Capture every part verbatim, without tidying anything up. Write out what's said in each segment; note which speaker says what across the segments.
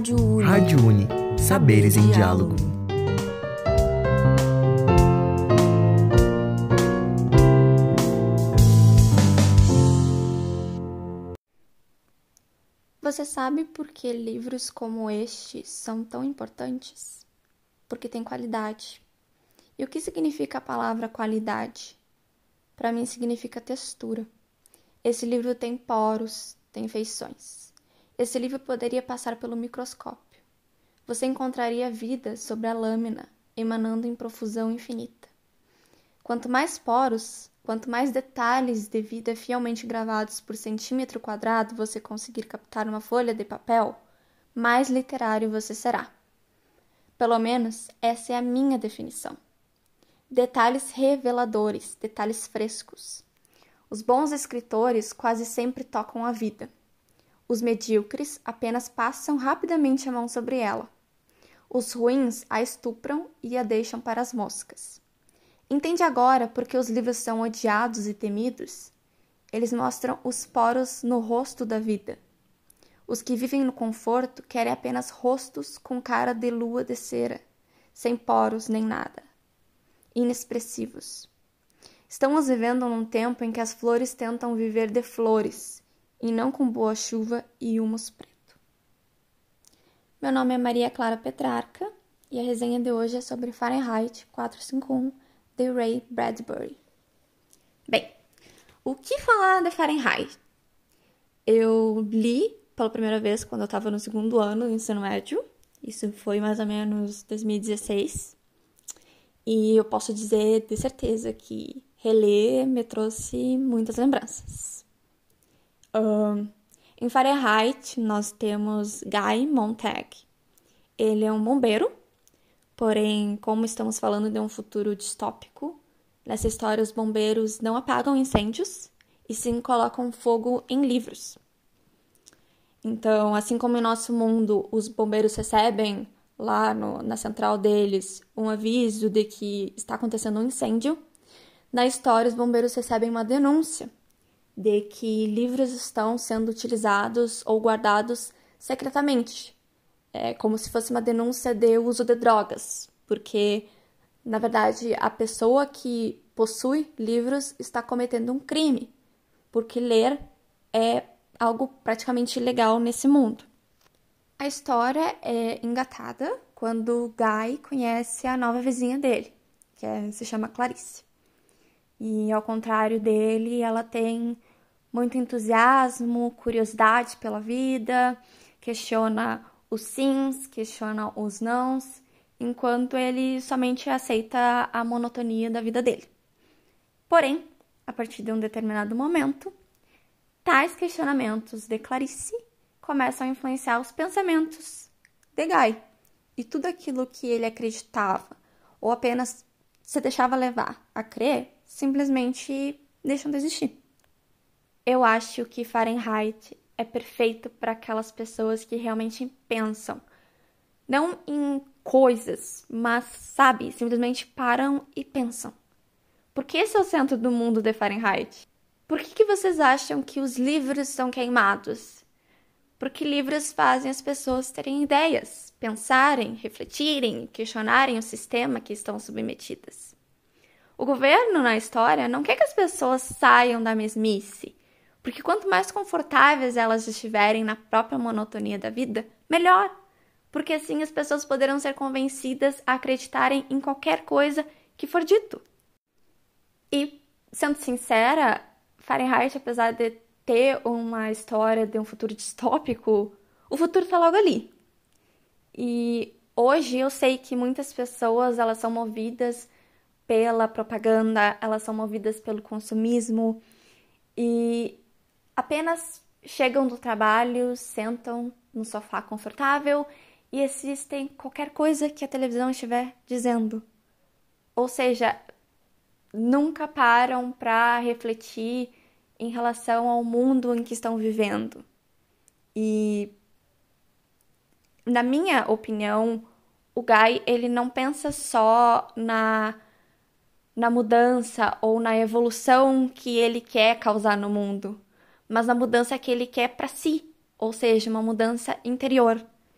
Speaker 1: Rádio Uni.
Speaker 2: Rádio Uni. Saberes em diálogo.
Speaker 1: Você sabe por que livros como este são tão importantes? Porque tem qualidade. E o que significa a palavra qualidade? Para mim significa textura. Esse livro tem poros, tem feições. Esse livro poderia passar pelo microscópio. Você encontraria vida sobre a lâmina, emanando em profusão infinita. Quanto mais poros, quanto mais detalhes de vida fielmente gravados por centímetro quadrado você conseguir captar numa folha de papel, mais literário você será. Pelo menos essa é a minha definição. Detalhes reveladores, detalhes frescos. Os bons escritores quase sempre tocam a vida. Os medíocres apenas passam rapidamente a mão sobre ela. Os ruins a estupram e a deixam para as moscas. Entende agora por que os livros são odiados e temidos? Eles mostram os poros no rosto da vida. Os que vivem no conforto querem apenas rostos com cara de lua de cera, sem poros nem nada. Inexpressivos. Estamos vivendo num tempo em que as flores tentam viver de flores, e não com boa chuva e humus preto. Meu nome é Maria Clara Petrarca, e a resenha de hoje é sobre Fahrenheit quatrocentos e cinquenta e um, de Ray Bradbury. Bem, o que falar de Fahrenheit? Eu li pela primeira vez quando eu estava no segundo ano do ensino médio. Isso foi mais ou menos dois mil e dezesseis. E eu posso dizer de certeza que reler me trouxe muitas lembranças. Um, em Fahrenheit, nós temos Guy Montag. Ele é um bombeiro, porém, como estamos falando de um futuro distópico, nessa história os bombeiros não apagam incêndios e sim colocam fogo em livros. Então, assim como em nosso mundo os bombeiros recebem lá no, na central deles um aviso de que está acontecendo um incêndio, na história os bombeiros recebem uma denúncia de que livros estão sendo utilizados ou guardados secretamente. É como se fosse uma denúncia de uso de drogas, porque, na verdade, a pessoa que possui livros está cometendo um crime, porque ler é algo praticamente ilegal nesse mundo. A história é engatada quando Guy conhece a nova vizinha dele, que é, se chama Clarice. E, ao contrário dele, ela tem muito entusiasmo, curiosidade pela vida, questiona os sims, questiona os nãos, enquanto ele somente aceita a monotonia da vida dele. Porém, a partir de um determinado momento, tais questionamentos de Clarice começam a influenciar os pensamentos de Guy. E tudo aquilo que ele acreditava ou apenas se deixava levar a crer, simplesmente deixam de existir. Eu acho que Fahrenheit é perfeito para aquelas pessoas que realmente pensam. Não em coisas, mas, sabe, simplesmente param e pensam. Por que esse é o centro do mundo de Fahrenheit? Por que, que vocês acham que os livros são queimados? Porque livros fazem as pessoas terem ideias, pensarem, refletirem, questionarem o sistema que estão submetidas. O governo, na história, não quer que as pessoas saiam da mesmice, porque quanto mais confortáveis elas estiverem na própria monotonia da vida, melhor, porque assim as pessoas poderão ser convencidas a acreditarem em qualquer coisa que for dito. E, sendo sincera, Fahrenheit, apesar de ter uma história de um futuro distópico, o futuro está logo ali. E hoje eu sei que muitas pessoas elas são movidas pela propaganda, elas são movidas pelo consumismo e apenas chegam do trabalho, sentam no sofá confortável e assistem qualquer coisa que a televisão estiver dizendo. Ou seja, nunca param para refletir em relação ao mundo em que estão vivendo. E, na minha opinião, o Guy, ele não pensa só na, na mudança ou na evolução que ele quer causar no mundo, mas na mudança que ele quer para si, ou seja, uma mudança interior.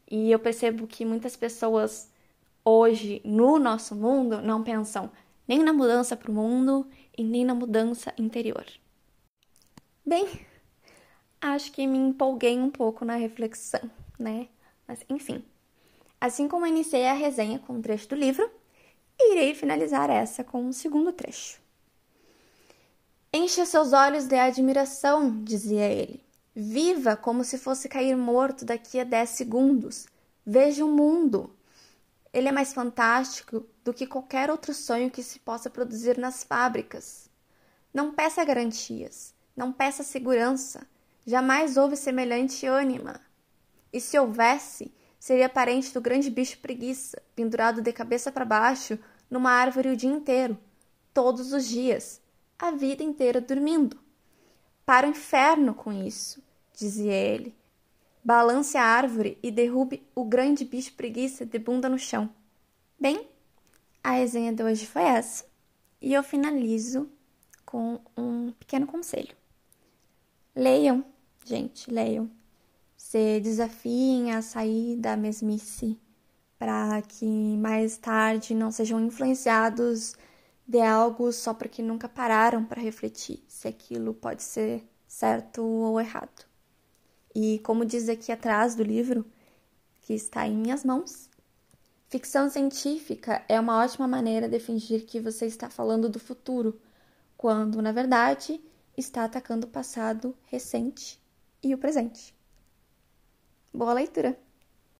Speaker 1: E eu percebo que muitas pessoas hoje, no nosso mundo, não pensam nem na mudança para o mundo e nem na mudança interior. Bem, acho que me empolguei um pouco na reflexão, né? Mas, enfim. Assim como eu iniciei a resenha com um trecho do livro, irei finalizar essa com um segundo trecho. Encha seus olhos de admiração, dizia ele. Viva como se fosse cair morto daqui a dez segundos. Veja o mundo. Ele é mais fantástico do que qualquer outro sonho que se possa produzir nas fábricas. Não peça garantias, não peça segurança. Jamais houve semelhante ânima. E se houvesse, seria parente do grande bicho preguiça, pendurado de cabeça para baixo numa árvore o dia inteiro, todos os dias, a vida inteira dormindo. Para o inferno com isso, dizia ele. Balance a árvore e derrube o grande bicho preguiça de bunda no chão. Bem, a resenha de hoje foi essa. E eu finalizo com um pequeno conselho. Leiam, gente, leiam. Se desafiem a sair da mesmice para que mais tarde não sejam influenciados de algo só porque nunca pararam para refletir se aquilo pode ser certo ou errado. E como diz aqui atrás do livro, que está em minhas mãos, ficção científica é uma ótima maneira de fingir que você está falando do futuro, quando, na verdade, está atacando o passado recente e o presente. Boa leitura!